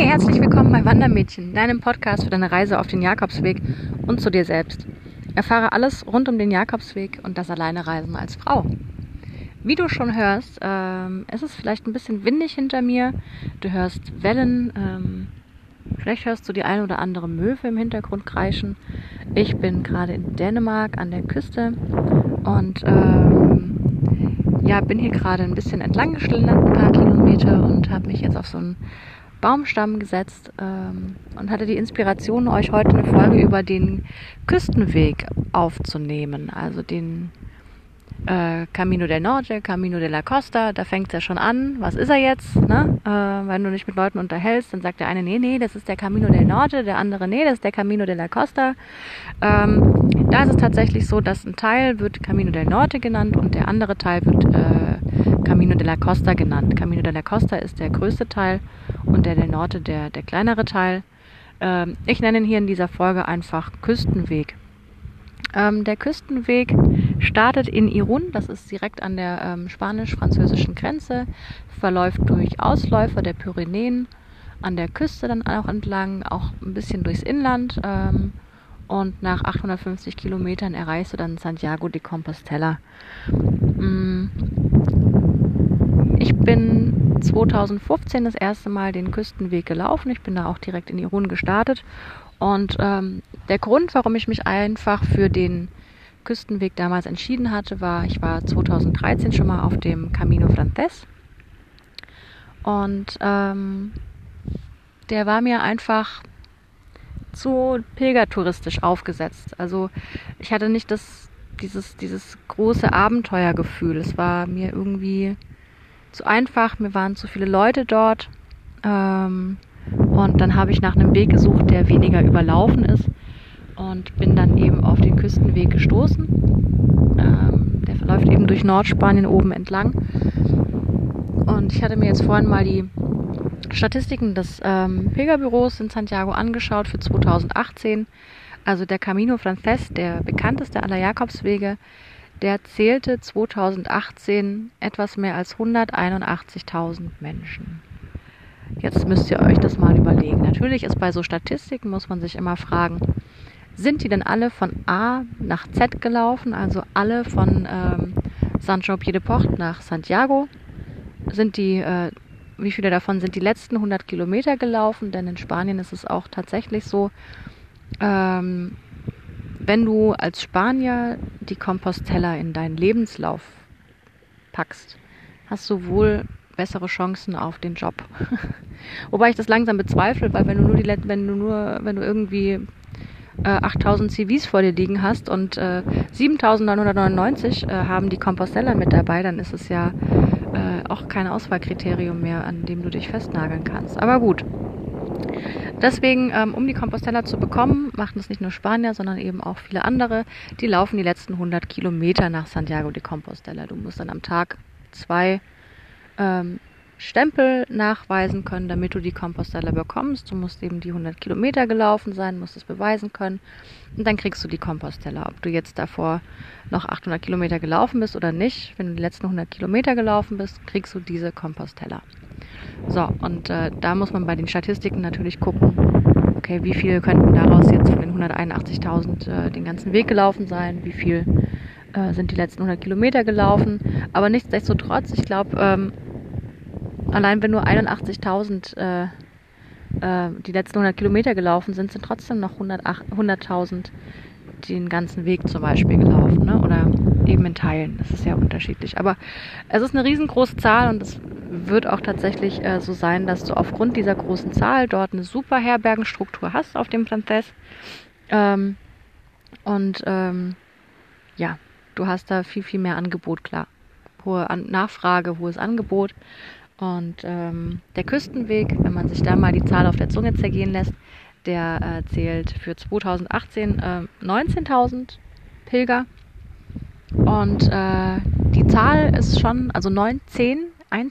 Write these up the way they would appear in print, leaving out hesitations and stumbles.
Herzlich willkommen bei Wandermädchen, deinem Podcast für deine Reise auf den Jakobsweg und zu dir selbst. Erfahre alles rund um den Jakobsweg und das Alleinereisen als Frau. Wie du schon hörst, es ist vielleicht ein bisschen windig hinter mir. Du hörst Wellen, vielleicht hörst du die ein oder andere Möwe im Hintergrund kreischen. Ich bin gerade in Dänemark an der Küste und bin hier gerade ein bisschen entlang geschlendert, ein paar Kilometer, und habe mich jetzt auf so einen Baumstamm gesetzt und hatte die Inspiration, euch heute eine Folge über den Küstenweg aufzunehmen, also den Camino del Norte, Camino de la Costa. Da fängt es ja schon an. Was ist er jetzt? Ne? Wenn du dich mit Leuten unterhältst, dann sagt der eine, nee, das ist der Camino del Norte, der andere, nee, das ist der Camino de la Costa. Da ist es tatsächlich so, dass ein Teil wird Camino del Norte genannt und der andere Teil wird Camino de la Costa genannt. Camino de la Costa ist der größte Teil und der del Norte der kleinere Teil. Ich nenne ihn hier in dieser Folge einfach Küstenweg. Der Küstenweg startet in Irún, das ist direkt an der spanisch-französischen Grenze, verläuft durch Ausläufer der Pyrenäen, an der Küste dann auch entlang, auch ein bisschen durchs Inland, und nach 850 Kilometern erreichst du dann Santiago de Compostela. Ich bin 2015 das erste Mal den Küstenweg gelaufen, ich bin da auch direkt in Irún gestartet. Und der Grund, warum ich mich einfach für den Küstenweg damals entschieden hatte, war, ich war 2013 schon mal auf dem Camino Francés und der war mir einfach zu pilgertouristisch aufgesetzt. Also ich hatte nicht dieses große Abenteuergefühl. Es war mir irgendwie zu einfach, mir waren zu viele Leute dort. Und dann habe ich nach einem Weg gesucht, der weniger überlaufen ist, und bin dann eben auf den Küstenweg gestoßen. Der verläuft eben durch Nordspanien oben entlang. Und ich hatte mir jetzt vorhin mal die Statistiken des Pilgerbüros in Santiago angeschaut für 2018. Also der Camino Francés, der bekannteste aller Jakobswege, der zählte 2018 etwas mehr als 181.000 Menschen. Jetzt müsst ihr euch das mal überlegen. Natürlich ist bei so Statistiken, muss man sich immer fragen, sind die denn alle von A nach Z gelaufen, also alle von Saint-Jean-Pied-de-Port nach Santiago? Wie viele davon sind die letzten 100 Kilometer gelaufen? Denn in Spanien ist es auch tatsächlich so, wenn du als Spanier die Compostela in deinen Lebenslauf packst, hast du wohl bessere Chancen auf den Job. Wobei ich das langsam bezweifle, weil wenn du irgendwie 8000 CVs vor dir liegen hast und 7.999 haben die Compostela mit dabei, dann ist es ja auch kein Auswahlkriterium mehr, an dem du dich festnageln kannst. Aber gut. Deswegen, um die Compostela zu bekommen, machen es nicht nur Spanier, sondern eben auch viele andere. Die laufen die letzten 100 Kilometer nach Santiago de Compostela. Du musst dann am Tag 2 Stempel nachweisen können, damit du die Compostela bekommst. Du musst eben die 100 Kilometer gelaufen sein, musst es beweisen können, und dann kriegst du die Compostela. Ob du jetzt davor noch 800 Kilometer gelaufen bist oder nicht, wenn du die letzten 100 Kilometer gelaufen bist, kriegst du diese Compostela. So, und da muss man bei den Statistiken natürlich gucken, okay, wie viele könnten daraus jetzt von den 181.000 den ganzen Weg gelaufen sein, wie viel sind die letzten 100 Kilometer gelaufen, aber nichtsdestotrotz, ich glaube, allein wenn nur 81.000 die letzten 100 Kilometer gelaufen sind trotzdem noch 100.000 den ganzen Weg zum Beispiel gelaufen, ne? Oder eben in Teilen. Das ist ja unterschiedlich. Aber es ist eine riesengroße Zahl, und es wird auch tatsächlich so sein, dass du aufgrund dieser großen Zahl dort eine super Herbergenstruktur hast auf dem Francés. Du hast da viel, viel mehr Angebot, klar. Hohe Nachfrage, hohes Angebot. Und der Küstenweg, wenn man sich da mal die Zahl auf der Zunge zergehen lässt, der zählt für 2018 19.000 Pilger. Und die Zahl ist schon, also 19,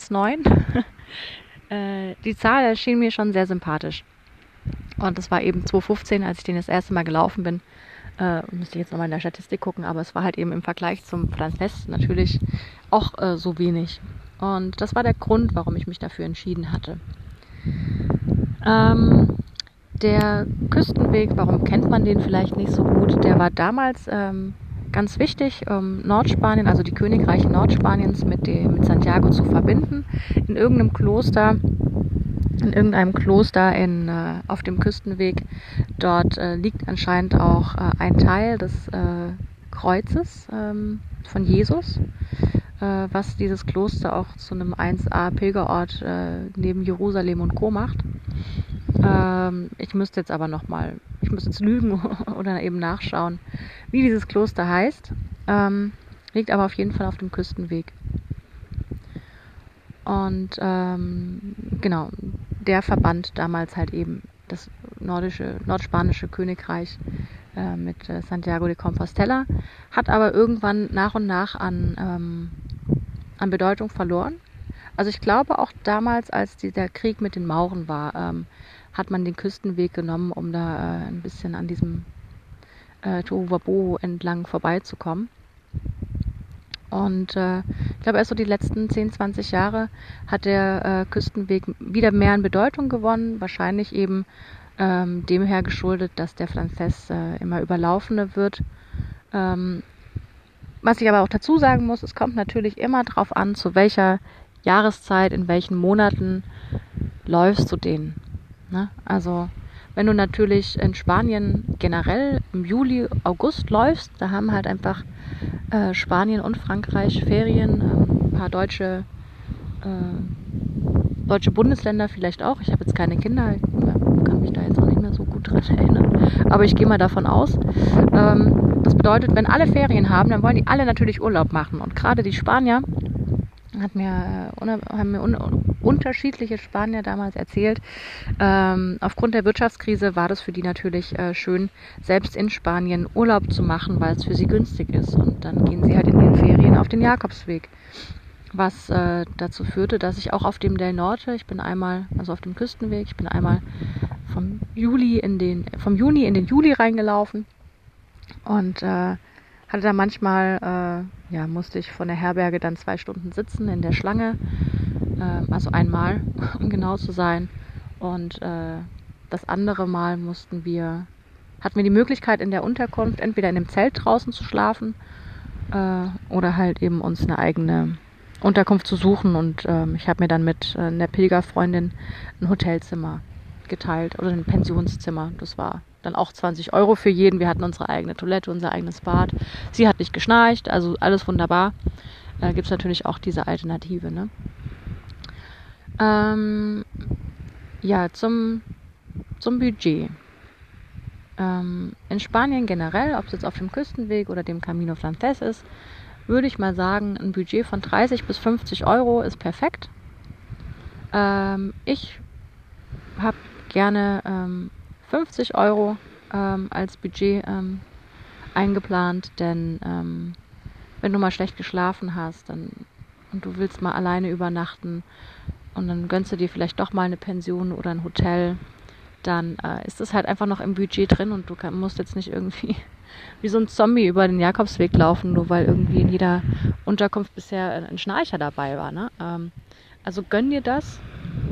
die Zahl erschien mir schon sehr sympathisch. Und das war eben 2015, als ich den das erste Mal gelaufen bin. Müsste ich jetzt nochmal in der Statistik gucken, aber es war halt eben im Vergleich zum Francés natürlich auch so wenig. Und das war der Grund, warum ich mich dafür entschieden hatte. Der Küstenweg, warum kennt man den vielleicht nicht so gut? Der war damals ganz wichtig, Nordspanien, also die Königreiche Nordspaniens mit Santiago zu verbinden. In irgendeinem Kloster auf dem Küstenweg. Dort liegt anscheinend auch ein Teil des Kreuzes von Jesus, was dieses Kloster auch zu einem 1A-Pilgerort neben Jerusalem und Co. macht. Ich müsste jetzt lügen oder eben nachschauen, wie dieses Kloster heißt. Liegt aber auf jeden Fall auf dem Küstenweg. Und genau, der verband damals halt eben das nordspanische Königreich mit Santiago de Compostela, hat aber irgendwann nach und nach an Bedeutung verloren. Also ich glaube auch damals, als dieser Krieg mit den Mauren war, hat man den Küstenweg genommen, um da ein bisschen an diesem Tohuwabohu entlang vorbeizukommen. Und ich glaube, erst so die letzten 10, 20 Jahre hat der Küstenweg wieder mehr an Bedeutung gewonnen. Wahrscheinlich eben dem her geschuldet, dass der Flances immer überlaufener wird. Was ich aber auch dazu sagen muss, es kommt natürlich immer drauf an, zu welcher Jahreszeit, in welchen Monaten läufst du den. Ne? Also wenn du natürlich in Spanien generell im Juli, August läufst, da haben halt einfach Spanien und Frankreich Ferien, ein paar deutsche Bundesländer vielleicht auch. Ich habe jetzt keine Kinder, ich kann mich da jetzt auch nicht mehr so gut dran erinnern, aber ich gehe mal davon aus. Das bedeutet, wenn alle Ferien haben, dann wollen die alle natürlich Urlaub machen. Und gerade die Spanier, haben mir unterschiedliche Spanier damals erzählt, aufgrund der Wirtschaftskrise war das für die natürlich schön, selbst in Spanien Urlaub zu machen, weil es für sie günstig ist. Und dann gehen sie halt in den Ferien auf den Jakobsweg. Was dazu führte, dass ich auch auf dem Del Norte, auf dem Küstenweg, ich bin einmal vom Juni in den Juli reingelaufen und hatte da manchmal, musste ich von der Herberge dann 2 Stunden sitzen in der Schlange, also einmal, um genau zu sein. Und das andere Mal hatten wir die Möglichkeit in der Unterkunft entweder in einem Zelt draußen zu schlafen oder halt eben uns eine eigene Unterkunft zu suchen. Und ich habe mir dann mit einer Pilgerfreundin ein Hotelzimmer geteilt oder ein Pensionszimmer. Das war dann auch 20 € für jeden. Wir hatten unsere eigene Toilette, unser eigenes Bad. Sie hat nicht geschnarcht, also alles wunderbar. Gibt es natürlich auch diese Alternative. Ne? Zum Budget. In Spanien generell, ob es jetzt auf dem Küstenweg oder dem Camino Flances ist, würde ich mal sagen, ein Budget von 30 bis 50 € ist perfekt. Ich habe gerne 50 € als Budget eingeplant, denn wenn du mal schlecht geschlafen hast und du willst mal alleine übernachten und dann gönnst du dir vielleicht doch mal eine Pension oder ein Hotel, dann ist das halt einfach noch im Budget drin und du musst jetzt nicht irgendwie wie so ein Zombie über den Jakobsweg laufen, nur weil irgendwie in jeder Unterkunft bisher ein Schnarcher dabei war. Ne? Also gönn dir das.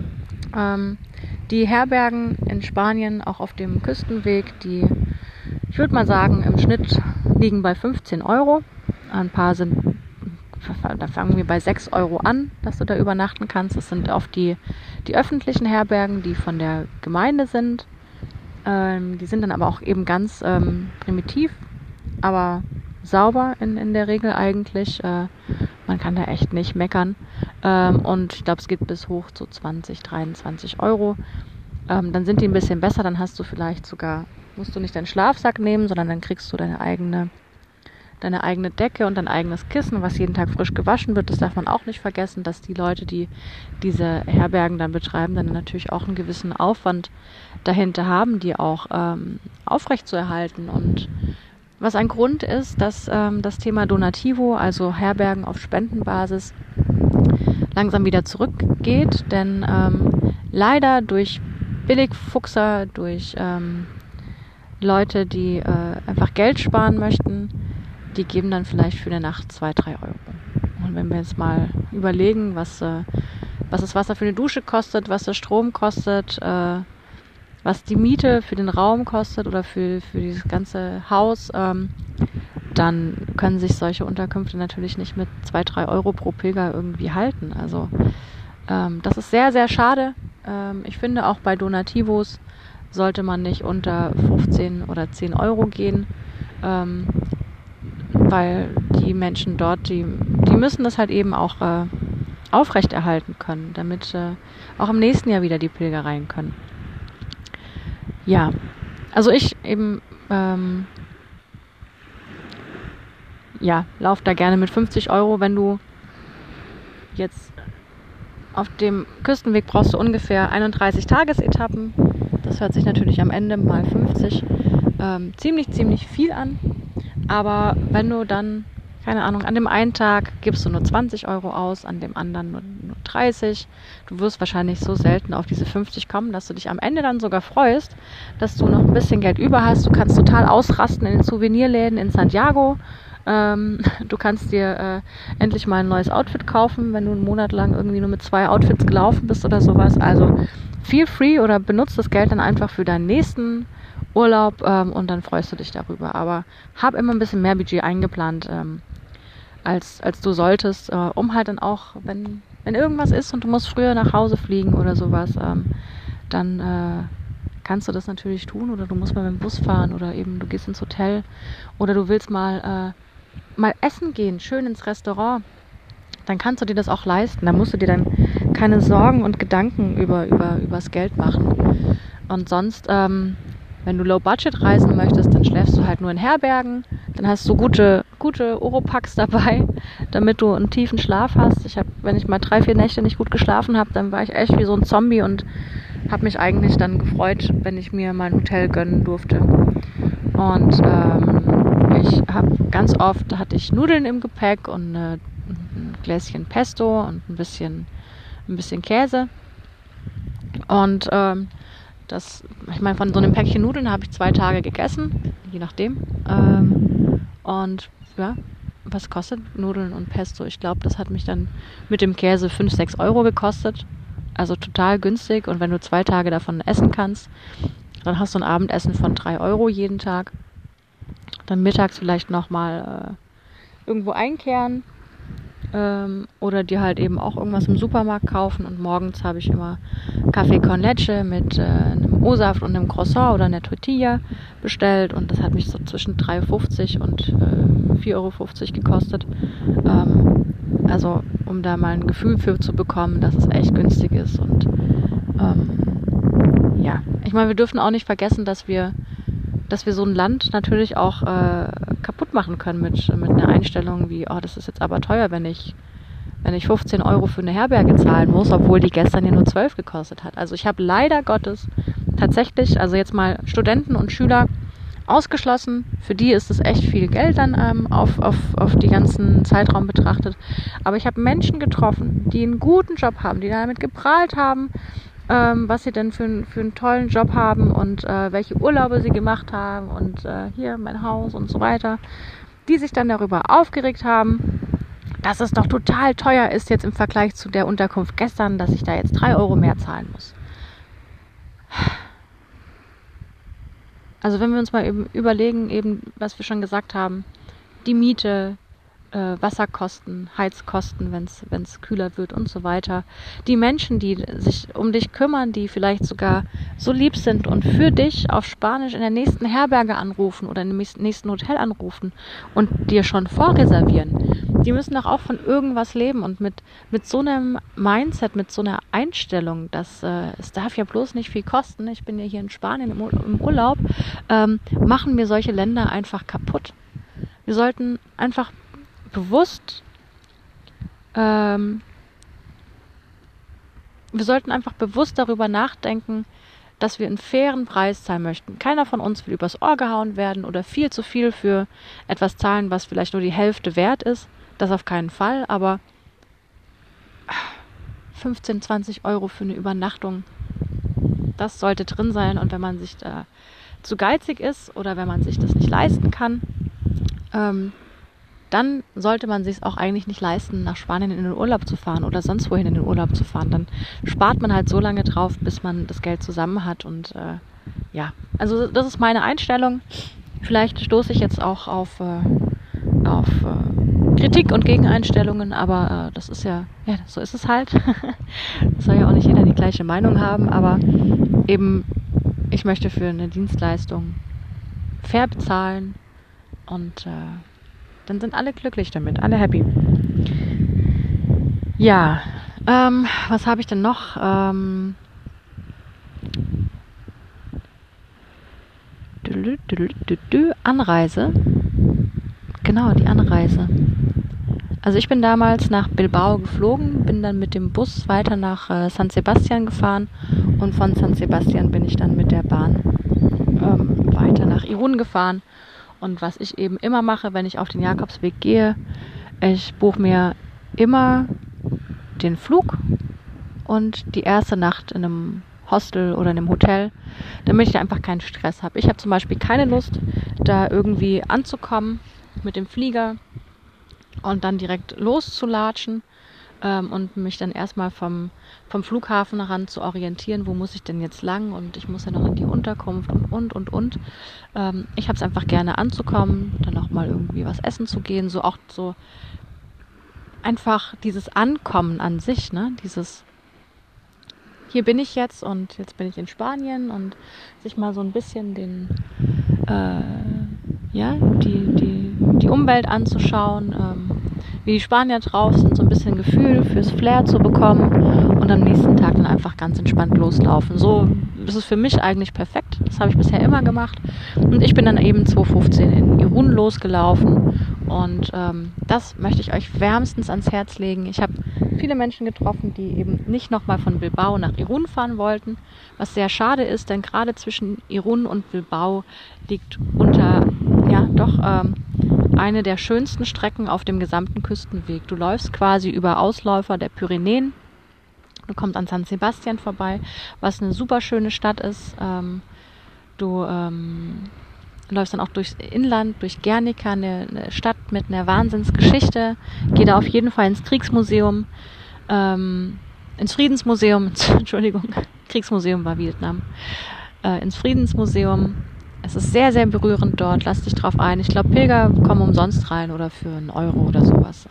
Die Herbergen in Spanien, auch auf dem Küstenweg, ich würde mal sagen, im Schnitt liegen bei 15 €. Ein paar da fangen wir bei 6 € an, dass du da übernachten kannst. Das sind oft die öffentlichen Herbergen, die von der Gemeinde sind. Die sind dann aber auch eben ganz primitiv, aber sauber in der Regel eigentlich. Man kann da echt nicht meckern. Und ich glaube, es geht bis hoch zu 20, 23 €. Dann sind die ein bisschen besser, dann hast du vielleicht sogar, musst du nicht deinen Schlafsack nehmen, sondern dann kriegst du deine eigene Decke und dein eigenes Kissen, was jeden Tag frisch gewaschen wird. Das darf man auch nicht vergessen, dass die Leute, die diese Herbergen dann betreiben, dann natürlich auch einen gewissen Aufwand dahinter haben, die auch aufrechtzuerhalten. Und was ein Grund ist, dass das Thema Donativo, also Herbergen auf Spendenbasis, langsam wieder zurückgeht, denn leider durch Billigfuchser, durch Leute, die einfach Geld sparen möchten, die geben dann vielleicht für eine Nacht 2, 3 €. Und wenn wir jetzt mal überlegen, was das Wasser für eine Dusche kostet, was der Strom kostet, was die Miete für den Raum kostet oder für dieses ganze Haus, dann können sich solche Unterkünfte natürlich nicht mit 2-3 Euro pro Pilger irgendwie halten. Also das ist sehr, sehr schade. Ich finde auch bei Donativos sollte man nicht unter 15 oder 10 Euro gehen, weil die Menschen dort, die müssen das halt eben auch aufrechterhalten können, damit auch im nächsten Jahr wieder die Pilger rein können. Ja, also ich eben lauf da gerne mit 50 Euro. Wenn du jetzt auf dem Küstenweg brauchst du ungefähr 31 Tagesetappen. Das hört sich natürlich am Ende mal 50 ziemlich viel an. Aber wenn du dann, keine Ahnung, an dem einen Tag gibst du nur 20 Euro aus, an dem anderen nur 30. Du wirst wahrscheinlich so selten auf diese 50 kommen, dass du dich am Ende dann sogar freust, dass du noch ein bisschen Geld über hast. Du kannst total ausrasten in den Souvenirläden in Santiago. Du kannst dir endlich mal ein neues Outfit kaufen, wenn du einen Monat lang irgendwie nur mit 2 Outfits gelaufen bist oder sowas. Also feel free oder benutzt das Geld dann einfach für deinen nächsten Urlaub und dann freust du dich darüber. Aber hab immer ein bisschen mehr Budget eingeplant, als du solltest, um halt dann auch, wenn irgendwas ist und du musst früher nach Hause fliegen oder sowas, dann kannst du das natürlich tun, oder du musst mal mit dem Bus fahren oder eben du gehst ins Hotel oder du willst mal essen gehen, schön ins Restaurant, dann kannst du dir das auch leisten. Da musst du dir dann keine Sorgen und Gedanken übers Geld machen. Und sonst, wenn du Low-Budget reisen möchtest, dann schläfst du halt nur in Herbergen. Dann hast du gute Oropax dabei, damit du einen tiefen Schlaf hast. Wenn ich mal 3-4 Nächte nicht gut geschlafen habe, dann war ich echt wie so ein Zombie und habe mich eigentlich dann gefreut, wenn ich mir mal ein Hotel gönnen durfte. Und ganz oft hatte ich Nudeln im Gepäck und ein Gläschen Pesto und ein bisschen Käse. Und ich meine, von so einem Päckchen Nudeln habe ich 2 Tage gegessen, je nachdem. Und ja, was kostet Nudeln und Pesto? Ich glaube, das hat mich dann mit dem Käse 5-6 Euro gekostet. Also total günstig. Und wenn du 2 Tage davon essen kannst, dann hast du ein Abendessen von 3 Euro jeden Tag. Dann mittags vielleicht nochmal irgendwo einkehren oder dir halt eben auch irgendwas im Supermarkt kaufen. Und morgens habe ich immer Kaffee con leche mit einem O-Saft und einem Croissant oder einer Tortilla bestellt. Und das hat mich so zwischen 3,50 und 4,50 Euro gekostet. Also um da mal ein Gefühl für zu bekommen, dass es echt günstig ist. Und ich meine, wir dürfen auch nicht vergessen, dass wir so ein Land natürlich auch kaputt machen können mit einer Einstellung wie, oh, das ist jetzt aber teuer, wenn ich 15 Euro für eine Herberge zahlen muss, obwohl die gestern ja nur 12 gekostet hat. Also ich habe leider Gottes tatsächlich, also jetzt mal Studenten und Schüler ausgeschlossen. Für die ist es echt viel Geld dann auf die ganzen Zeitraum betrachtet. Aber ich habe Menschen getroffen, die einen guten Job haben, die damit geprahlt haben, was sie denn für einen tollen Job haben und welche Urlaube sie gemacht haben und hier mein Haus und so weiter, die sich dann darüber aufgeregt haben, dass es doch total teuer ist jetzt im Vergleich zu der Unterkunft gestern, dass ich da jetzt 3 Euro mehr zahlen muss. Also wenn wir uns mal eben überlegen, eben was wir schon gesagt haben, die Miete, Wasserkosten, Heizkosten, wenn es kühler wird und so weiter. Die Menschen, die sich um dich kümmern, die vielleicht sogar so lieb sind und für dich auf Spanisch in der nächsten Herberge anrufen oder im nächsten Hotel anrufen und dir schon vorreservieren. Die müssen doch auch von irgendwas leben und mit so einem Mindset, mit so einer Einstellung, dass es darf ja bloß nicht viel kosten. Ich bin ja hier in Spanien im Urlaub, machen wir solche Länder einfach kaputt. Wir sollten einfach bewusst darüber nachdenken, dass wir einen fairen Preis zahlen möchten. Keiner von uns will übers Ohr gehauen werden oder viel zu viel für etwas zahlen, was vielleicht nur die Hälfte wert ist. Das auf keinen Fall, aber 15, 20 Euro für eine Übernachtung, das sollte drin sein. Und wenn man sich da zu geizig ist oder wenn man sich das nicht leisten kann, dann sollte man sich es auch eigentlich nicht leisten, nach Spanien in den Urlaub zu fahren oder sonst wohin in den Urlaub zu fahren. Dann spart man halt so lange drauf, bis man das Geld zusammen hat und ja, also das ist meine Einstellung. Vielleicht stoße ich jetzt auch auf Kritik und Gegeneinstellungen, aber das ist ja, so ist es halt. Es soll ja auch nicht jeder die gleiche Meinung haben, aber eben, ich möchte für eine Dienstleistung fair bezahlen und dann sind alle glücklich damit, alle happy. Ja, was habe ich denn noch? Anreise. Genau, die Anreise. Also ich bin damals nach Bilbao geflogen, bin dann mit dem Bus weiter nach San Sebastian gefahren und von San Sebastian bin ich dann mit der Bahn weiter nach Irún gefahren. Und was ich eben immer mache, wenn ich auf den Jakobsweg gehe, ich buche mir immer den Flug und die erste Nacht in einem Hostel oder in einem Hotel, damit ich einfach keinen Stress habe. Ich habe zum Beispiel keine Lust, da irgendwie anzukommen mit dem Flieger und dann direkt loszulatschen und mich dann erstmal vom Flughafen ran zu orientieren, wo muss ich denn jetzt lang und ich muss ja noch in die Unterkunft und. Ich habe es einfach gerne anzukommen, dann auch mal irgendwie was essen zu gehen, so auch so einfach dieses Ankommen an sich, ne, dieses hier bin ich jetzt und jetzt bin ich in Spanien und sich mal so ein bisschen die Umwelt anzuschauen, wie die Spanier drauf sind, so ein bisschen Gefühl fürs Flair zu bekommen und am nächsten Tag dann einfach ganz entspannt loslaufen. So ist es für mich eigentlich perfekt. Das habe ich bisher immer gemacht. Und ich bin dann eben 2015 in Irún losgelaufen und das möchte ich euch wärmstens ans Herz legen. Ich habe viele Menschen getroffen, die eben nicht nochmal von Bilbao nach Irún fahren wollten, was sehr schade ist, denn gerade zwischen Irún und Bilbao liegt eine der schönsten Strecken auf dem gesamten Küstenweg. Du läufst quasi über Ausläufer der Pyrenäen. Du kommst an San Sebastian vorbei, was eine super schöne Stadt ist. Du läufst dann auch durchs Inland, durch Guernica, eine Stadt mit einer Wahnsinnsgeschichte. Geh da auf jeden Fall ins Kriegsmuseum, ins Friedensmuseum, Entschuldigung, Kriegsmuseum war Vietnam, ins Friedensmuseum. Es ist sehr, sehr berührend dort, lass dich drauf ein. Ich glaube, Pilger kommen umsonst rein oder für €1 oder sowas.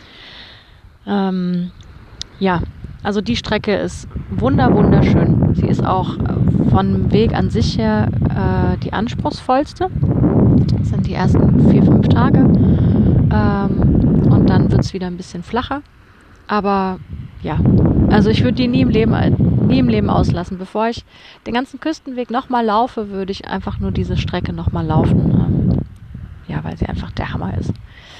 Also die Strecke ist wunderschön. Sie ist auch vom Weg an sich her die anspruchsvollste. Das sind die ersten 4-5 Tage. Und dann wird es wieder ein bisschen flacher. Aber ja, also ich würde die nie im Leben auslassen. Bevor ich den ganzen Küstenweg nochmal laufe, würde ich einfach nur diese Strecke nochmal laufen. Weil sie einfach der Hammer ist.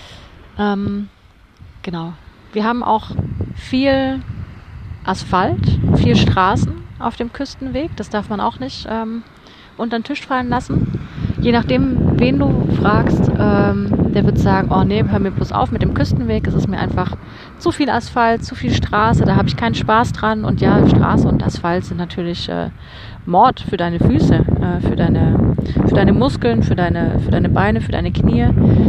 Genau. Wir haben auch viel Asphalt, viel Straßen auf dem Küstenweg. Das darf man auch nicht unter den Tisch fallen lassen. Je nachdem, wen du fragst, der wird sagen, oh nee, hör mir bloß auf mit dem Küstenweg. Es ist mir einfach zu viel Asphalt, zu viel Straße, da habe ich keinen Spaß dran. Und ja, Straße und Asphalt sind natürlich Mord für deine Füße, für deine Muskeln, für deine Beine, für deine Knie.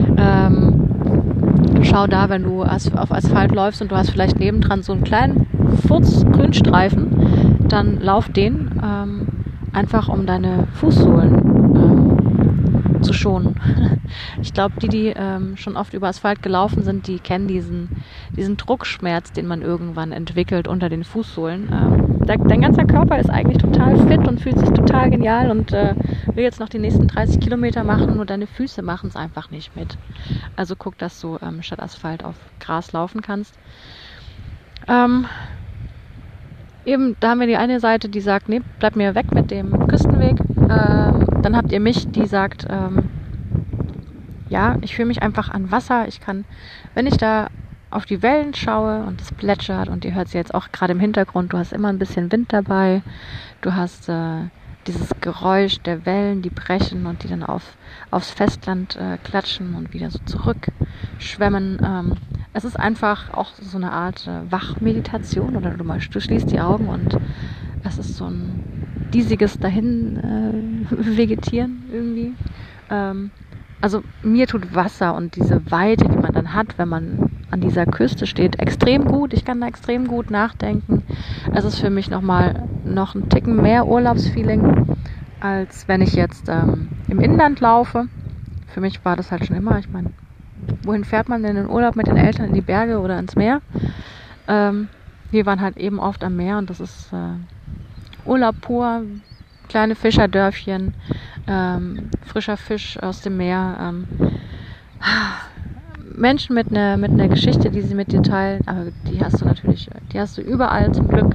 Schau da, wenn du auf Asphalt läufst und du hast vielleicht nebendran so einen kleinen Grünstreifen, dann lauf den einfach um deine Fußsohlen zu schonen. Ich glaube, die schon oft über Asphalt gelaufen sind, die kennen diesen Druckschmerz, den man irgendwann entwickelt unter den Fußsohlen. Dein ganzer Körper ist eigentlich total fit und fühlt sich total genial und will jetzt noch die nächsten 30 Kilometer machen, nur deine Füße machen es einfach nicht mit. Also guck, dass du statt Asphalt auf Gras laufen kannst. Eben, da haben wir die eine Seite, die sagt, nee, bleib mir weg mit dem Küstenweg. Dann habt ihr mich, die sagt, ich fühle mich einfach an Wasser. Ich kann, wenn ich da auf die Wellen schaue und es plätschert und ihr hört es jetzt auch gerade im Hintergrund, du hast immer ein bisschen Wind dabei. Du hast dieses Geräusch der Wellen, die brechen und die dann aufs Festland klatschen und wieder so zurückschwemmen. Es ist einfach auch so eine Art Wachmeditation oder du schließt die Augen und es ist so ein diesiges Dahin vegetieren irgendwie. Also mir tut Wasser und diese Weite, die man dann hat, wenn man an dieser Küste steht, extrem gut. Ich kann da extrem gut nachdenken. Es ist für mich noch ein Ticken mehr Urlaubsfeeling. als wenn ich jetzt im Inland laufe. Für mich war das halt schon immer, ich meine, wohin fährt man denn in den Urlaub mit den Eltern? In die Berge oder ins Meer? Wir waren halt eben oft am Meer und das ist Urlaub pur, kleine Fischerdörfchen, frischer Fisch aus dem Meer, Menschen mit einer Geschichte, die sie mit dir teilen, aber die hast du überall zum Glück.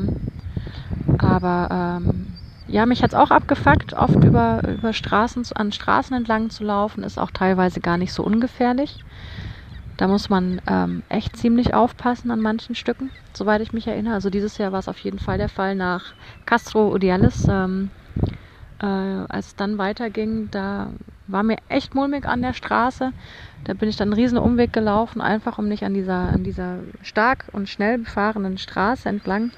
Ja, mich hat's auch abgefuckt, oft über an Straßen entlang zu laufen, ist auch teilweise gar nicht so ungefährlich. Da muss man echt ziemlich aufpassen an manchen Stücken, soweit ich mich erinnere. Also dieses Jahr war es auf jeden Fall der Fall nach Castro Urdiales. Als es dann weiterging, da war mir echt mulmig an der Straße. Da bin ich dann einen riesen Umweg gelaufen, einfach um nicht an dieser stark und schnell befahrenen Straße entlang.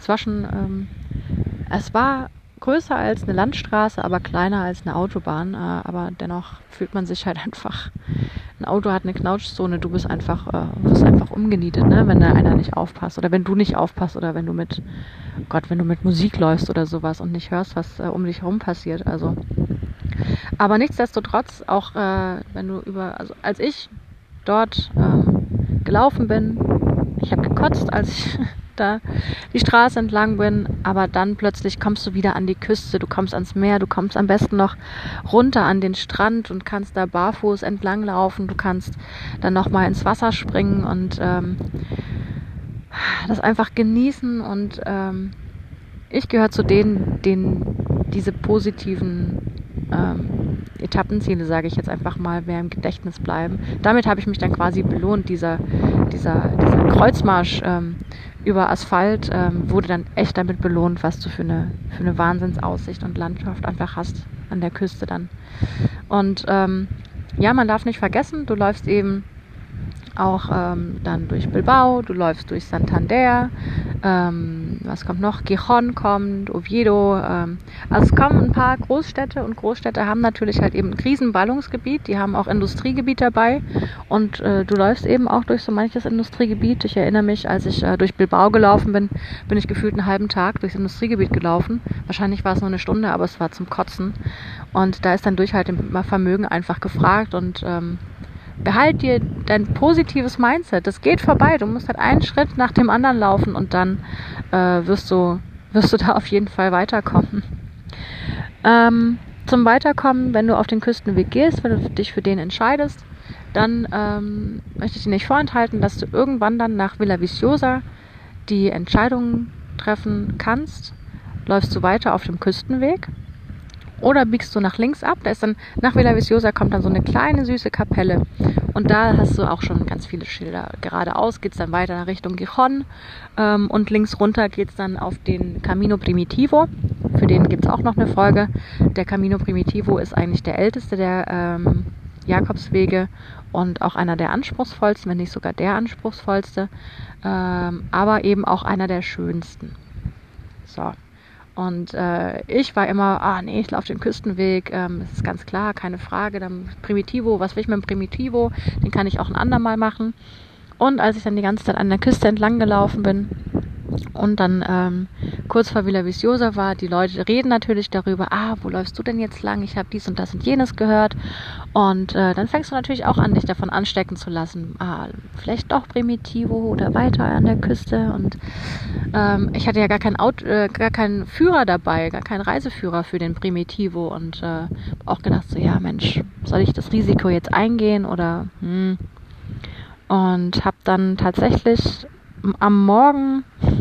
Es war größer als eine Landstraße, aber kleiner als eine Autobahn. Aber dennoch fühlt man sich halt einfach. Ein Auto hat eine Knautschzone, du wirst einfach umgenietet, ne? Wenn da einer nicht aufpasst oder wenn du nicht aufpasst oder wenn du mit Musik läufst oder sowas und nicht hörst, was um dich herum passiert. Also, aber nichtsdestotrotz, auch als ich dort gelaufen bin, ich habe gekotzt, als ich da die Straße entlang bin, aber dann plötzlich kommst du wieder an die Küste, du kommst ans Meer, du kommst am besten noch runter an den Strand und kannst da barfuß entlang laufen, du kannst dann nochmal ins Wasser springen und das einfach genießen und ich gehöre zu denen diese positiven Etappenziele, sage ich jetzt einfach mal, mehr im Gedächtnis bleiben. Damit habe ich mich dann quasi belohnt. Dieser Kreuzmarsch über Asphalt wurde dann echt damit belohnt, was du für eine Wahnsinnsaussicht und Landschaft einfach hast an der Küste dann. Und ja, man darf nicht vergessen, du läufst eben auch dann durch Bilbao, du läufst durch Santander, was kommt noch? Gijón kommt, Oviedo. Also es kommen ein paar Großstädte und Großstädte haben natürlich halt eben ein Riesenballungsgebiet, die haben auch Industriegebiet dabei und du läufst eben auch durch so manches Industriegebiet. Ich erinnere mich, als ich durch Bilbao gelaufen bin, bin ich gefühlt einen halben Tag durchs Industriegebiet gelaufen. Wahrscheinlich war es nur eine Stunde, aber es war zum Kotzen und da ist dann Durchhaltevermögen einfach gefragt und behalt dir dein positives Mindset. Das geht vorbei. Du musst halt einen Schritt nach dem anderen laufen und dann wirst du da auf jeden Fall weiterkommen. Zum Weiterkommen, wenn du auf den Küstenweg gehst, wenn du dich für den entscheidest, dann möchte ich dir nicht vorenthalten, dass du irgendwann dann nach Villaviciosa die Entscheidung treffen kannst. Läufst du weiter auf dem Küstenweg oder biegst du nach links ab? Da ist dann, nach Villaviciosa kommt dann so eine kleine süße Kapelle und da hast du auch schon ganz viele Schilder. Geradeaus geht's dann weiter nach Richtung Gijón und links runter geht's dann auf den Camino Primitivo. Für den gibt's auch noch eine Folge. Der Camino Primitivo ist eigentlich der älteste der Jakobswege und auch einer der anspruchsvollsten, wenn nicht sogar der anspruchsvollste, aber eben auch einer der schönsten. So. Und ich war immer, ich laufe den Küstenweg, das ist ganz klar, keine Frage. Dann Primitivo, was will ich mit dem Primitivo? Den kann ich auch ein andermal machen. Und als ich dann die ganze Zeit an der Küste entlang gelaufen bin und dann kurz vor Villaviciosa war, die Leute reden natürlich darüber, wo läufst du denn jetzt lang? Ich habe dies und das und jenes gehört. Und dann fängst du natürlich auch an, dich davon anstecken zu lassen. Vielleicht doch Primitivo oder weiter an der Küste. Und ich hatte ja gar keinen Führer dabei, gar keinen Reiseführer für den Primitivo. Und auch gedacht so, ja Mensch, soll ich das Risiko jetzt eingehen oder Und habe dann tatsächlich am Morgen,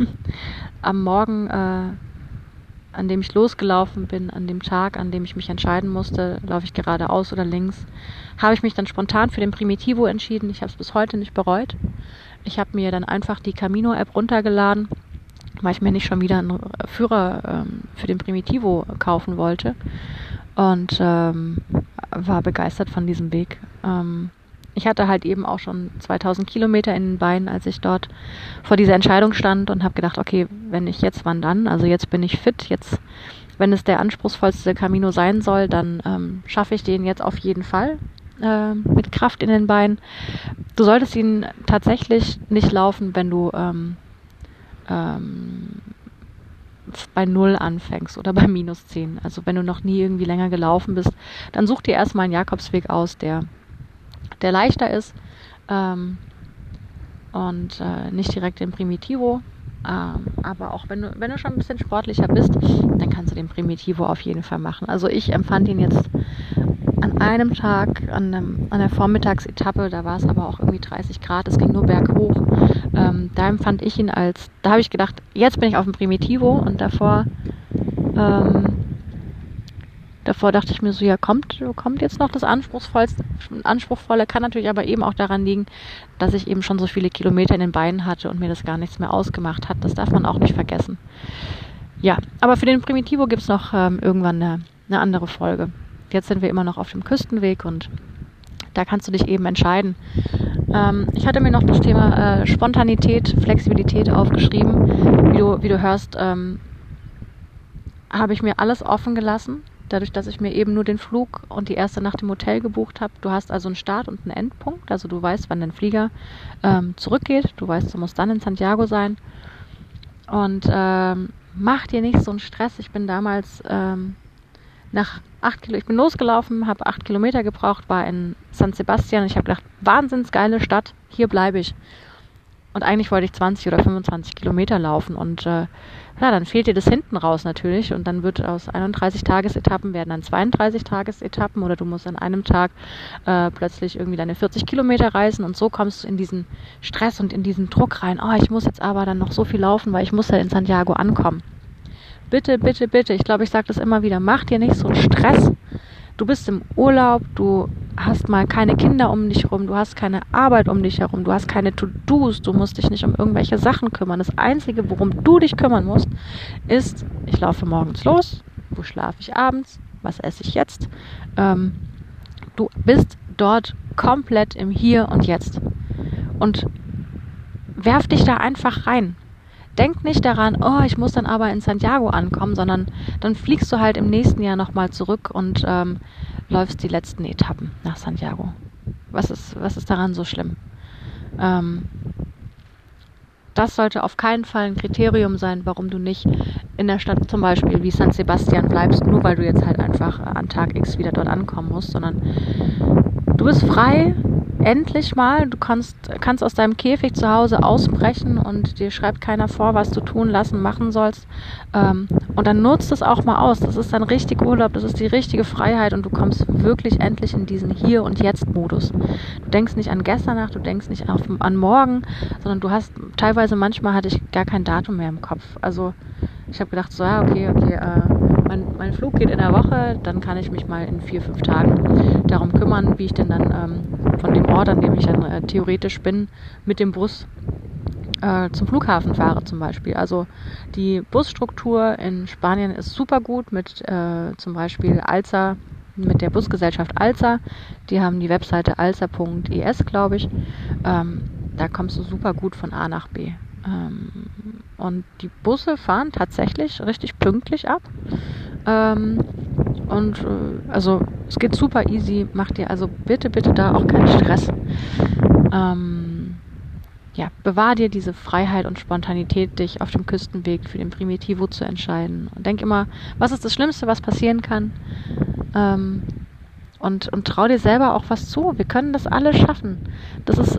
an dem ich losgelaufen bin, an dem Tag, an dem ich mich entscheiden musste, laufe ich geradeaus oder links, habe ich mich dann spontan für den Primitivo entschieden. Ich habe es bis heute nicht bereut. Ich habe mir dann einfach die Camino-App runtergeladen, weil ich mir nicht schon wieder einen Führer für den Primitivo kaufen wollte und war begeistert von diesem Weg. Ich hatte halt eben auch schon 2000 Kilometer in den Beinen, als ich dort vor dieser Entscheidung stand und habe gedacht, okay, wenn nicht jetzt, wann dann? Also jetzt bin ich fit, jetzt, wenn es der anspruchsvollste Camino sein soll, dann schaffe ich den jetzt auf jeden Fall mit Kraft in den Beinen. Du solltest ihn tatsächlich nicht laufen, wenn du bei 0 anfängst oder bei -10. Also wenn du noch nie irgendwie länger gelaufen bist, dann such dir erstmal einen Jakobsweg aus, der leichter ist und nicht direkt den Primitivo. Aber auch wenn du schon ein bisschen sportlicher bist, dann kannst du den Primitivo auf jeden Fall machen. Also ich empfand ihn jetzt an einem Tag, an der Vormittagsetappe, da war es aber auch irgendwie 30 Grad, es ging nur berghoch. Da empfand ich ihn da habe ich gedacht, jetzt bin ich auf dem Primitivo, und davor dachte ich mir so, ja, kommt jetzt noch das Anspruchsvolle, kann natürlich aber eben auch daran liegen, dass ich eben schon so viele Kilometer in den Beinen hatte und mir das gar nichts mehr ausgemacht hat. Das darf man auch nicht vergessen. Ja, aber für den Primitivo gibt es noch irgendwann eine andere Folge. Jetzt sind wir immer noch auf dem Küstenweg und da kannst du dich eben entscheiden. Ich hatte mir noch das Thema Spontanität, Flexibilität aufgeschrieben. Wie du hörst, habe ich mir alles offen gelassen. Dadurch, dass ich mir eben nur den Flug und die erste Nacht im Hotel gebucht habe. Du hast also einen Start- und einen Endpunkt. Also du weißt, wann dein Flieger zurückgeht. Du weißt, du musst dann in Santiago sein. Und mach dir nicht so einen Stress. Ich bin damals ich bin losgelaufen, habe 8 Kilometer gebraucht, war in San Sebastian. Ich habe gedacht, wahnsinns geile Stadt, hier bleibe ich. Und eigentlich wollte ich 20 oder 25 Kilometer laufen. Und dann fehlt dir das hinten raus natürlich. Und dann wird aus 31 Tagesetappen werden dann 32 Tagesetappen. Oder du musst an einem Tag plötzlich irgendwie deine 40 Kilometer reisen. Und so kommst du in diesen Stress und in diesen Druck rein. Oh, ich muss jetzt aber dann noch so viel laufen, weil ich muss ja in Santiago ankommen. Bitte, bitte, bitte, ich glaube, ich sage das immer wieder, mach dir nicht so einen Stress. Du bist im Urlaub, du hast mal keine Kinder um dich herum, du hast keine Arbeit um dich herum, du hast keine To-Dos, du musst dich nicht um irgendwelche Sachen kümmern. Das Einzige, worum du dich kümmern musst, ist, ich laufe morgens los, wo schlafe ich abends, was esse ich jetzt. Du bist dort komplett im Hier und Jetzt. Und werf dich da einfach rein. Denk nicht daran, oh, ich muss dann aber in Santiago ankommen, sondern dann fliegst du halt im nächsten Jahr nochmal zurück und läufst die letzten Etappen nach Santiago. Was ist daran so schlimm? Das sollte auf keinen Fall ein Kriterium sein, warum du nicht in der Stadt zum Beispiel wie San Sebastian bleibst, nur weil du jetzt halt einfach an Tag X wieder dort ankommen musst, sondern du bist frei, endlich mal, du kannst aus deinem Käfig zu Hause ausbrechen und dir schreibt keiner vor, was du tun, lassen, machen sollst. Und dann nutzt es auch mal aus. Das ist dann richtig Urlaub, das ist die richtige Freiheit und du kommst wirklich endlich in diesen Hier- und Jetzt-Modus. Du denkst nicht an gestern nach, du denkst nicht an morgen, sondern du hast, teilweise manchmal hatte ich gar kein Datum mehr im Kopf. Also ich habe gedacht, so ja, okay, mein Flug geht in der Woche, dann kann ich mich mal in 4-5 Tagen darum kümmern, wie ich denn dann von dem Ort, an dem ich dann theoretisch bin, mit dem Bus zum Flughafen fahre zum Beispiel. Also die Busstruktur in Spanien ist super gut mit zum Beispiel Alsa, mit der Busgesellschaft Alsa. Die haben die Webseite alsa.es, glaube ich. Da kommst du super gut von A nach B. Und die Busse fahren tatsächlich richtig pünktlich ab. Also es geht super easy. Mach dir also bitte da auch keinen Stress. Bewahr dir diese Freiheit und Spontanität, dich auf dem Küstenweg für den Primitivo zu entscheiden. Und denk immer, was ist das Schlimmste, was passieren kann? Und trau dir selber auch was zu. Wir können das alle schaffen. Das ist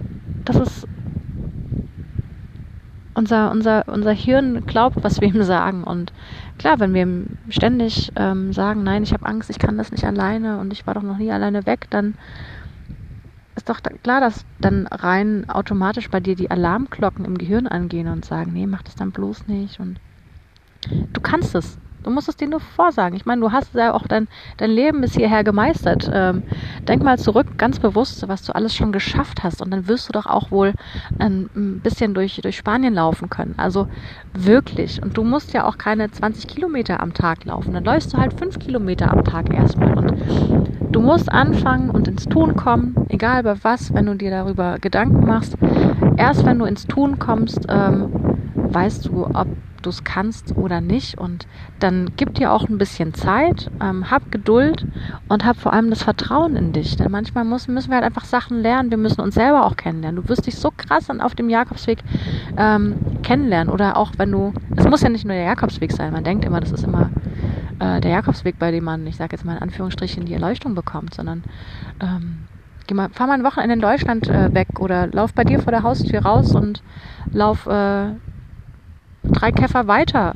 unser Hirn glaubt, was wir ihm sagen. Und klar, wenn wir ihm ständig sagen, nein, ich habe Angst, ich kann das nicht alleine und ich war doch noch nie alleine weg, dann ist doch klar, dass dann rein automatisch bei dir die Alarmglocken im Gehirn angehen und sagen, nee, mach das dann bloß nicht. Und du kannst es. Du musst es dir nur vorsagen. Ich meine, du hast ja auch dein Leben bis hierher gemeistert. Denk mal zurück, ganz bewusst, was du alles schon geschafft hast. Und dann wirst du doch auch wohl ein bisschen durch Spanien laufen können. Also wirklich. Und du musst ja auch keine 20 Kilometer am Tag laufen. Dann läufst du halt 5 Kilometer am Tag erstmal. Und du musst anfangen und ins Tun kommen, egal bei was, wenn du dir darüber Gedanken machst. Erst wenn du ins Tun kommst, weißt du, ob du es kannst oder nicht. Und dann gib dir auch ein bisschen Zeit, hab Geduld und hab vor allem das Vertrauen in dich. Denn manchmal müssen wir halt einfach Sachen lernen. Wir müssen uns selber auch kennenlernen. Du wirst dich so krass auf dem Jakobsweg kennenlernen. Oder auch wenn es muss ja nicht nur der Jakobsweg sein. Man denkt immer, das ist immer der Jakobsweg, bei dem man, ich sage jetzt mal in Anführungsstrichen, die Erleuchtung bekommt, sondern fahr mal ein Wochenende in Deutschland weg oder lauf bei dir vor der Haustür raus und lauf 3 Käfer weiter.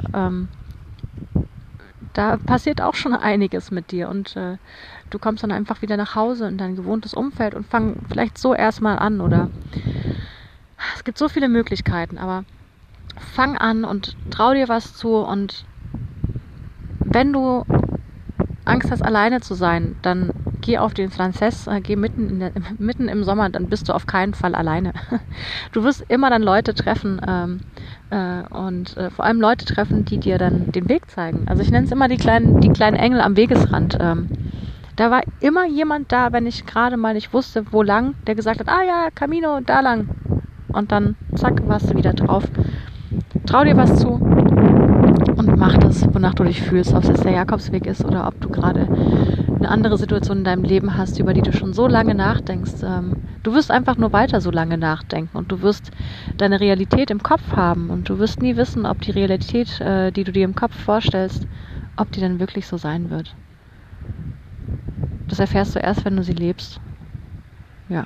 Da passiert auch schon einiges mit dir und du kommst dann einfach wieder nach Hause in dein gewohntes Umfeld und fang vielleicht so erstmal an oder es gibt so viele Möglichkeiten, aber fang an und trau dir was zu und wenn du Angst hast, alleine zu sein, dann geh auf den Frances, geh mitten im Sommer, dann bist du auf keinen Fall alleine. Du wirst immer dann Leute treffen und vor allem Leute treffen, die dir dann den Weg zeigen. Also ich nenne es immer die kleinen Engel am Wegesrand. Da war immer jemand da, wenn ich gerade mal nicht wusste, wo lang, der gesagt hat, ja, Camino, da lang. Und dann, zack, warst du wieder drauf. Trau dir was zu. Und mach das, wonach du dich fühlst, ob es jetzt der Jakobsweg ist oder ob du gerade eine andere Situation in deinem Leben hast, über die du schon so lange nachdenkst. Du wirst einfach nur weiter so lange nachdenken und du wirst deine Realität im Kopf haben und du wirst nie wissen, ob die Realität, die du dir im Kopf vorstellst, ob die dann wirklich so sein wird. Das erfährst du erst, wenn du sie lebst. Ja.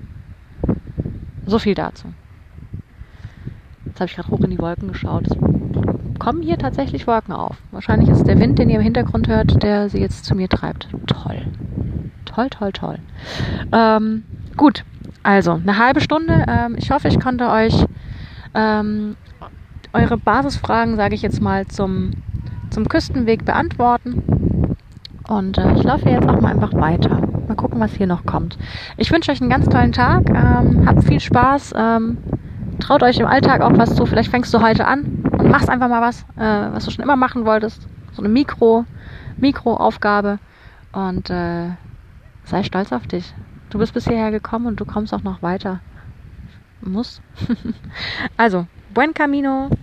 So viel dazu. Jetzt habe ich gerade hoch in die Wolken geschaut. Es kommen hier tatsächlich Wolken auf. Wahrscheinlich ist der Wind, den ihr im Hintergrund hört, der sie jetzt zu mir treibt. Toll. Toll, toll, toll. Gut, also eine halbe Stunde. Ich hoffe, ich konnte euch eure Basisfragen, sage ich jetzt mal, zum Küstenweg beantworten. Und ich laufe jetzt auch mal einfach weiter. Mal gucken, was hier noch kommt. Ich wünsche euch einen ganz tollen Tag. Habt viel Spaß. Traut euch im Alltag auch was zu. Vielleicht fängst du heute an und machst einfach mal was du schon immer machen wolltest. So eine Mikroaufgabe. Und sei stolz auf dich. Du bist bis hierher gekommen und du kommst auch noch weiter. Muss. Also, buen camino.